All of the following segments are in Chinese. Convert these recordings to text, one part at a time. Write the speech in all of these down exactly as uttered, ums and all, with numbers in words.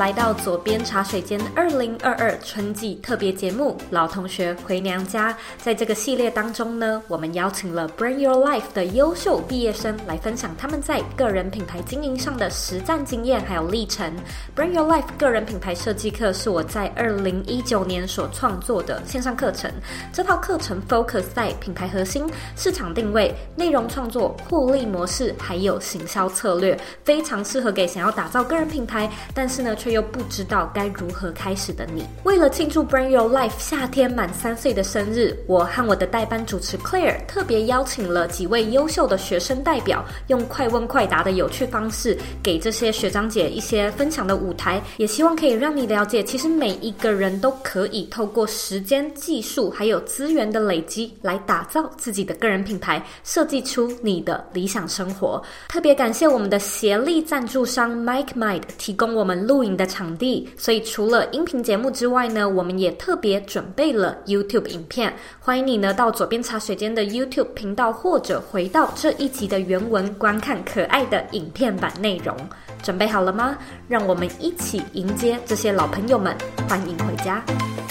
来到左边茶水间二零二二春季特别节目老同学回娘家。在这个系列当中呢，我们邀请了 Bring Your Life 的优秀毕业生来分享他们在个人品牌经营上的实战经验还有历程。 Bring Your Life 个人品牌设计课是我在二零一九年所创作的线上课程，这套课程 focus 在品牌核心、市场定位、内容创作、获利模式还有行销策略，非常适合给想要打造个人品牌但是呢却又不知道该如何开始的你。为了庆祝 Bring Your Life 夏天满三岁的生日，我和我的代班主持 Claire 特别邀请了几位优秀的学生代表，用快问快答的有趣方式给这些学长姐一些分享的舞台，也希望可以让你了解其实每一个人都可以透过时间、技术还有资源的累积来打造自己的个人品牌，设计出你的理想生活。特别感谢我们的协力赞助商 MicMind 提供我们录影的场地，所以除了音频节目之外呢，我们也特别准备了 YouTube 影片，欢迎你呢到左边茶水间的 YouTube 频道或者回到这一集的原文观看可爱的影片版内容。准备好了吗？让我们一起迎接这些老朋友们，欢迎回家。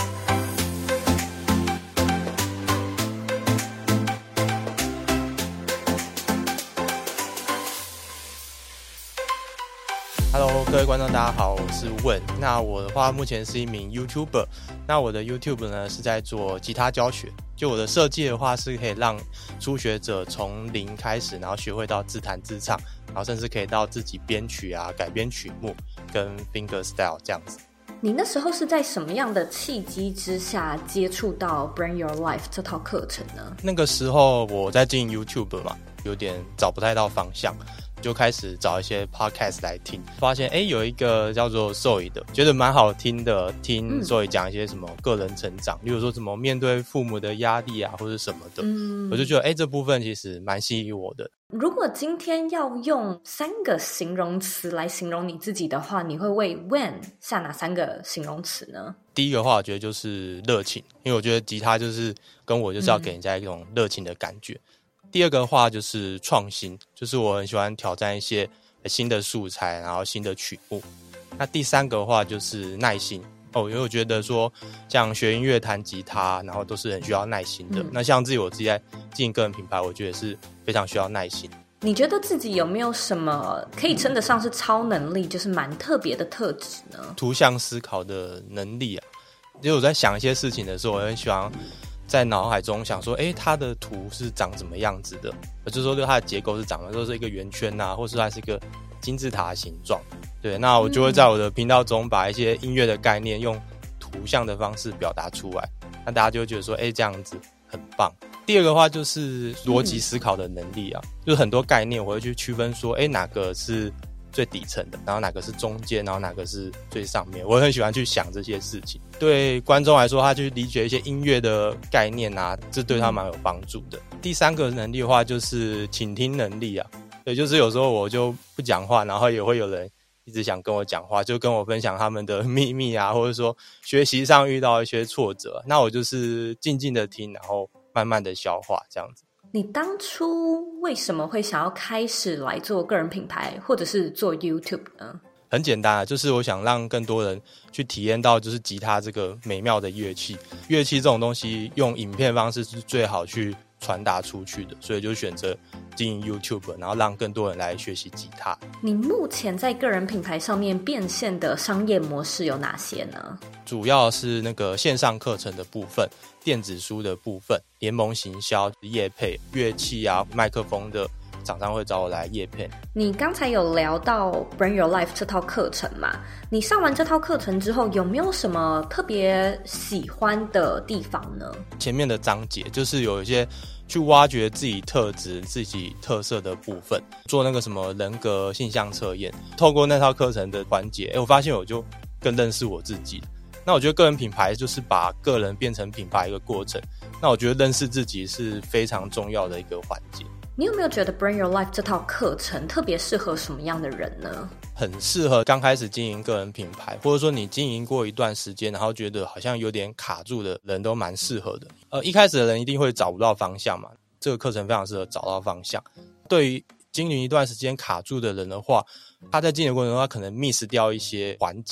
Hello， 各位观众，大家好，我是问。那我的话，目前是一名 YouTuber。那我的 YouTube 呢是在做吉他教学。就我的设计的话，是可以让初学者从零开始，然后学会到自弹自唱，然后甚至可以到自己编曲啊、改编曲目跟 finger style 这样子。 你那时候是在什么样的契机之下接触到 Bring Your Life 这套课程呢？ 那个时候我在经营 YouTube 嘛，有点找不太到方向。就开始找一些 podcast 来听，发现诶有一个叫做 Zoe 的，觉得蛮好听的，听 Zoe 讲一些什么个人成长，例如说怎么面对父母的压力啊，或者什么的，嗯，我就觉得诶这部分其实蛮吸引我的。 如果今天要用三个形容词来形容你自己的话，你会为 When 下哪三个形容词呢？ 第一个话我觉得就是热情，因为我觉得吉他就是跟我就是要给人家一种热情的感觉。嗯，第二个的话就是创新，就是我很喜欢挑战一些新的素材，然后新的曲目。那第三个的话就是耐心哦，因为我觉得说像学音乐、弹吉他，然后都是很需要耐心的。嗯，那像自己我自己在经营个人品牌，我觉得是非常需要耐心。 你觉得自己有没有什么可以称得上是超能力，就是蛮特别的特质呢？ 图像思考的能力啊，就是我在想一些事情的时候，我很喜欢在脑海中想说，诶，它的图是长怎么样子的？就是说，它的结构是长的，就是一个圆圈啊，或是它是一个金字塔的形状。对，那我就会在我的频道中把一些音乐的概念用图像的方式表达出来，那大家就会觉得说，诶，这样子很棒。第二个话就是逻辑思考的能力啊，嗯，就是很多概念我会去区分说，诶，哪个是最底层的，然后哪个是中间，然后哪个是最上面，我很喜欢去想这些事情。对观众来说，他去理解一些音乐的概念啊，这对他蛮有帮助的。第三个能力的话就是倾听能力啊，对，就是有时候我就不讲话，然后也会有人一直想跟我讲话，就跟我分享他们的秘密啊，或者说学习上遇到一些挫折，那我就是静静的听，然后慢慢的消化这样子。 你当初为什么会想要开始来做个人品牌，或者是做 YouTube 呢？ 很简单啊，就是我想让更多人去体验到就是吉他这个美妙的乐器。乐器这种东西用影片方式是最好去传达出去的，所以就选择经营 YouTube， 然后让更多人来学习吉他。 你目前在个人品牌上面变现的商业模式有哪些呢？ 主要是那个线上课程的部分、电子书的部分、联盟行销、业配、乐器啊、麦克风的厂商会找我来业配。 你刚才有聊到 Bring Your Life 这套课程嘛？你上完这套课程之后，有没有什么特别喜欢的地方呢？ 前面的章节就是有一些去挖掘自己特质、自己特色的部分，做那个什么人格性向测验。透过那套课程的环节，我发现我就更认识我自己。那我觉得个人品牌就是把个人变成品牌一个过程，那我觉得认识自己是非常重要的一个环节。 你有没有觉得 Bring Your Life 这套课程特别适合什么样的人呢？ 很适合刚开始经营个人品牌，或者说你经营过一段时间，然后觉得好像有点卡住的人都蛮适合的。呃，一开始的人一定会找不到方向嘛，这个课程非常适合找到方向。对于经营一段时间卡住的人的话，他在经营的过程中他可能 miss 掉一些环节，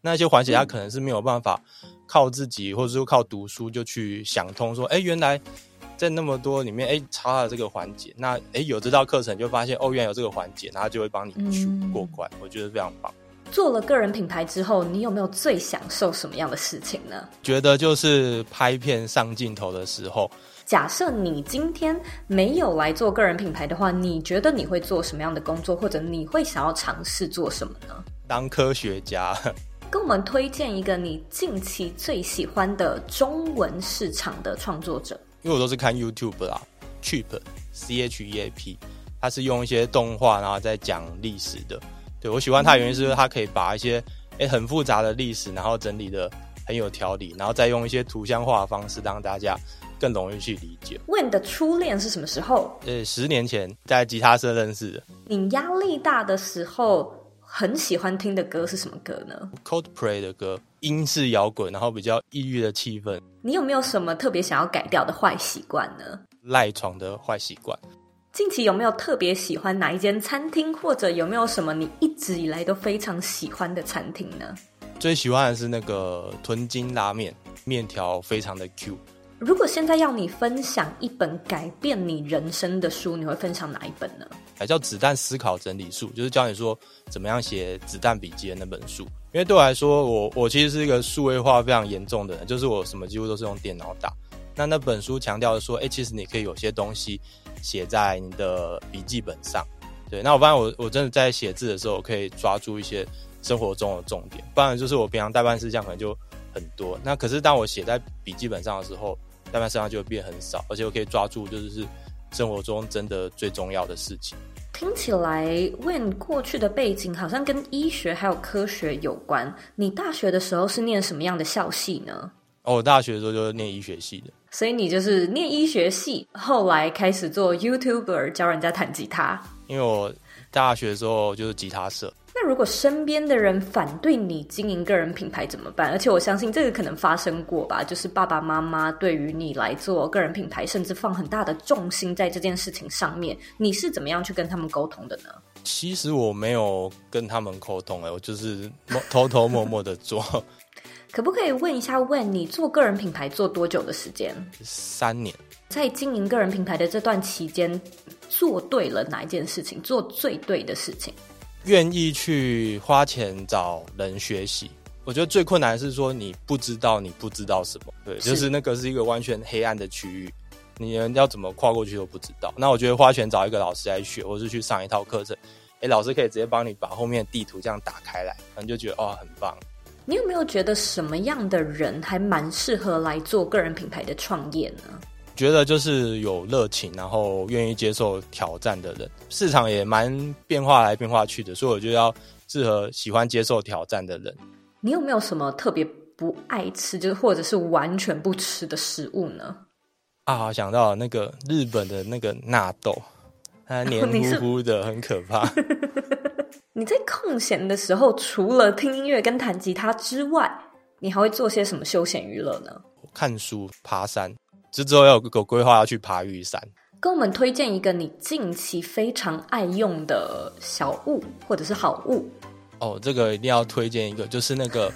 那些环节他可能是没有办法靠自己或者是靠读书就去想通说，哎，原来在那么多里面，哎，差了这个环节，那哎有这道课程就发现哦，原来有这个环节，然后就会帮你去过关、嗯、我觉得非常棒。 做了个人品牌之后，你有没有最享受什么样的事情呢？ 觉得就是拍片上镜头的时候。 假设你今天没有来做个人品牌的话，你觉得你会做什么样的工作，或者你会想要尝试做什么呢？ 当科学家。 跟我们推荐一个你近期最喜欢的中文市场的创作者。 因为我都是看 YouTube 啦 Cheap C H E A P， 他是用一些动画然后再讲历史的。对，我喜欢他的原因是他可以把一些、欸、很复杂的历史然后整理的很有条理，然后再用一些图像化的方式让大家更容易去理解。 问你的初恋是什么时候？ 呃，十年前在吉他社认识的。 你压力大的时候很喜欢听的歌是什么歌呢？ Coldplay 的歌，英式摇滚，然后比较抑郁的气氛。 你有没有什么特别想要改掉的坏习惯呢？ 赖床的坏习惯。 近期有没有特别喜欢哪一间餐厅，或者有没有什么你一直以来都非常喜欢的餐厅呢？ 最喜欢的是那个屯京拉面，面条非常的 Q。 如果现在要你分享一本改变你人生的书，你会分享哪一本呢？ 还叫子弹思考整理术，就是教你说怎么样写子弹笔记的那本书。因为对我来说，我我其实是一个数位化非常严重的人，就是我什么几乎都是用电脑打。那那本书强调的说，哎、欸，其实你可以有些东西写在你的笔记本上。对，那我发现我我真的在写字的时候，我可以抓住一些生活中的重点，不然就是我平常代办事项可能就很多。那可是当我写在笔记本上的时候，代办事项就会变很少，而且我可以抓住就是生活中真的最重要的事情。 听起来 Wayne 过去的背景好像跟医学还有科学有关。你大学的时候是念什么样的校系呢？ 哦，我大学的时候就是念医学系的。 所以你就是念医学系，后来开始做 YouTuber 教人家弹吉他。 因为我大学的时候就是吉他社。 那如果身边的人反对你经营个人品牌怎么办？而且我相信这个可能发生过吧，就是爸爸妈妈对于你来做个人品牌甚至放很大的重心在这件事情上面，你是怎么样去跟他们沟通的呢？ 其实我没有跟他们沟通、欸、我就是偷偷默默的做。 可不可以问一下问你做个人品牌做多久的时间？ 三年。 在经营个人品牌的这段期间，做对了哪一件事情？做最对的事情？ 愿意去花钱找人学习。我觉得最困难的是说你不知道你不知道什么。对，就是那个是一个完全黑暗的区域，你要怎么跨过去都不知道。那我觉得花钱找一个老师来学，或是去上一套课程，诶，老师可以直接帮你把后面的地图这样打开来，你就觉得哦很棒。 你有没有觉得什么样的人还蛮适合来做个人品牌的创业呢？ 觉得就是有热情，然后愿意接受挑战的人。市场也蛮变化来变化去的，所以我觉得要适合喜欢接受挑战的人。 你有没有什么特别不爱吃，就是或者是完全不吃的食物呢？ 啊，想到那个日本的那个纳豆，它黏糊糊的，很可怕。 你在空闲的时候，除了听音乐跟弹吉他之外，你还会做些什么休闲娱乐呢？ 看书、爬山，之后有有规划要去爬玉山。 跟我们推荐一个你近期非常爱用的小物或者是好物。 哦，这个一定要推荐一个，就是那个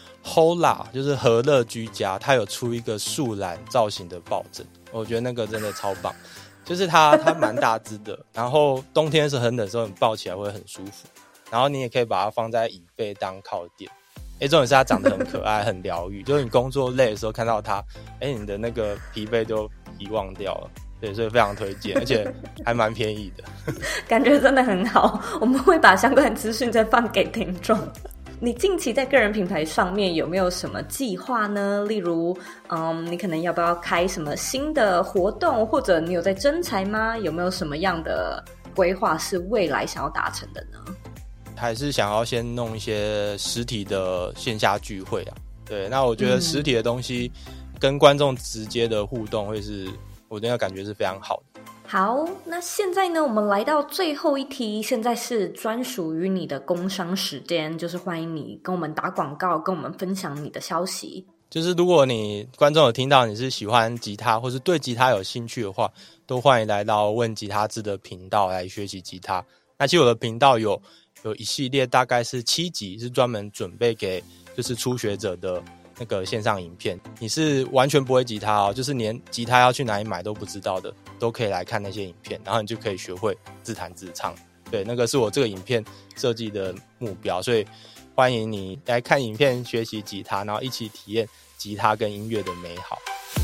Hola， 就是和乐居家，它有出一个树懒造型的抱枕，我觉得那个真的超棒。就是它它蛮大只的，然后冬天是很冷的时候，你抱起来会很舒服。然后你也可以把它放在椅背当靠垫。哎，重点是它长得很可爱，很疗愈。就是你工作累的时候看到它，哎，你的那个疲惫就遗忘掉了。对，所以非常推荐，而且还蛮便宜的。 感觉真的很好，我们会把相关的资讯再放给听众。你近期在个人品牌上面有没有什么计划呢？例如，嗯，你可能要不要开什么新的活动，或者你有在征才吗？有没有什么样的规划是未来想要达成的呢？ 还是想要先弄一些实体的线下聚会啊。对，那我觉得实体的东西跟观众直接的互动会是我那个感觉是非常好的。 好，那现在呢，我们来到最后一题，现在是专属于你的工商时间，就是欢迎你跟我们打广告，跟我们分享你的消息。就是如果你观众有听到你是喜欢吉他或是对吉他有兴趣的话，都欢迎来到问吉他志的频道来学习吉他。那其实我的频道有有一系列大概是七集，是专门准备给就是初学者的那个线上影片，你是完全不会吉他哦，就是连吉他要去哪里买都不知道的，都可以来看那些影片，然后你就可以学会自弹自唱。对，那个是我这个影片设计的目标，所以欢迎你来看影片学习吉他，然后一起体验吉他跟音乐的美好。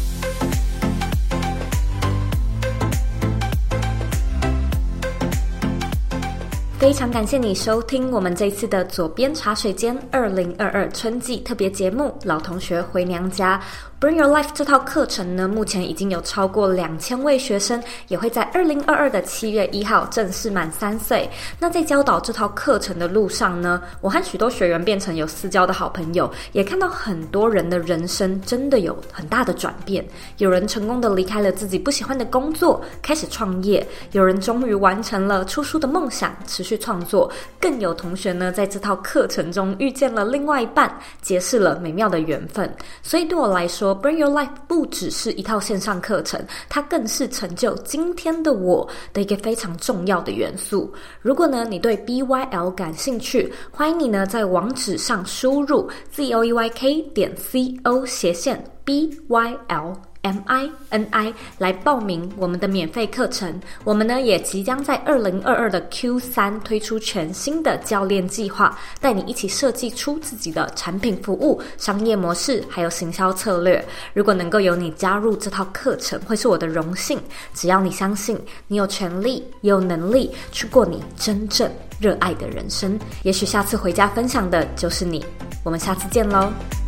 非常感谢你收听我们这一次的左边茶水间二零二二春季特别节目老同学回娘家。Bring Your Life 这套课程呢，目前已经有超过两千位学生，也会在二零二二的七月一号正式满三岁。那在教导这套课程的路上呢，我和许多学员变成有私交的好朋友，也看到很多人的人生真的有很大的转变。有人成功的离开了自己不喜欢的工作，开始创业；有人终于完成了出书的梦想，持续创作；更有同学呢，在这套课程中遇见了另外一半，结识了美妙的缘分。所以对我来说，Bring Your Life 不只是一套线上课程，它更是成就今天的我的一个非常重要的元素。如果呢你对 B Y L 感兴趣，欢迎你呢在网址上输入 zoeyk 点 co 斜线 B Y L M I N I 来报名我们的免费课程。我们呢也即将在二零二二的 Q 三 推出全新的教练计划，带你一起设计出自己的产品服务、商业模式还有行销策略。如果能够有你加入这套课程，会是我的荣幸。只要你相信你有权利也有能力去过你真正热爱的人生，也许下次回家分享的就是你。我们下次见咯。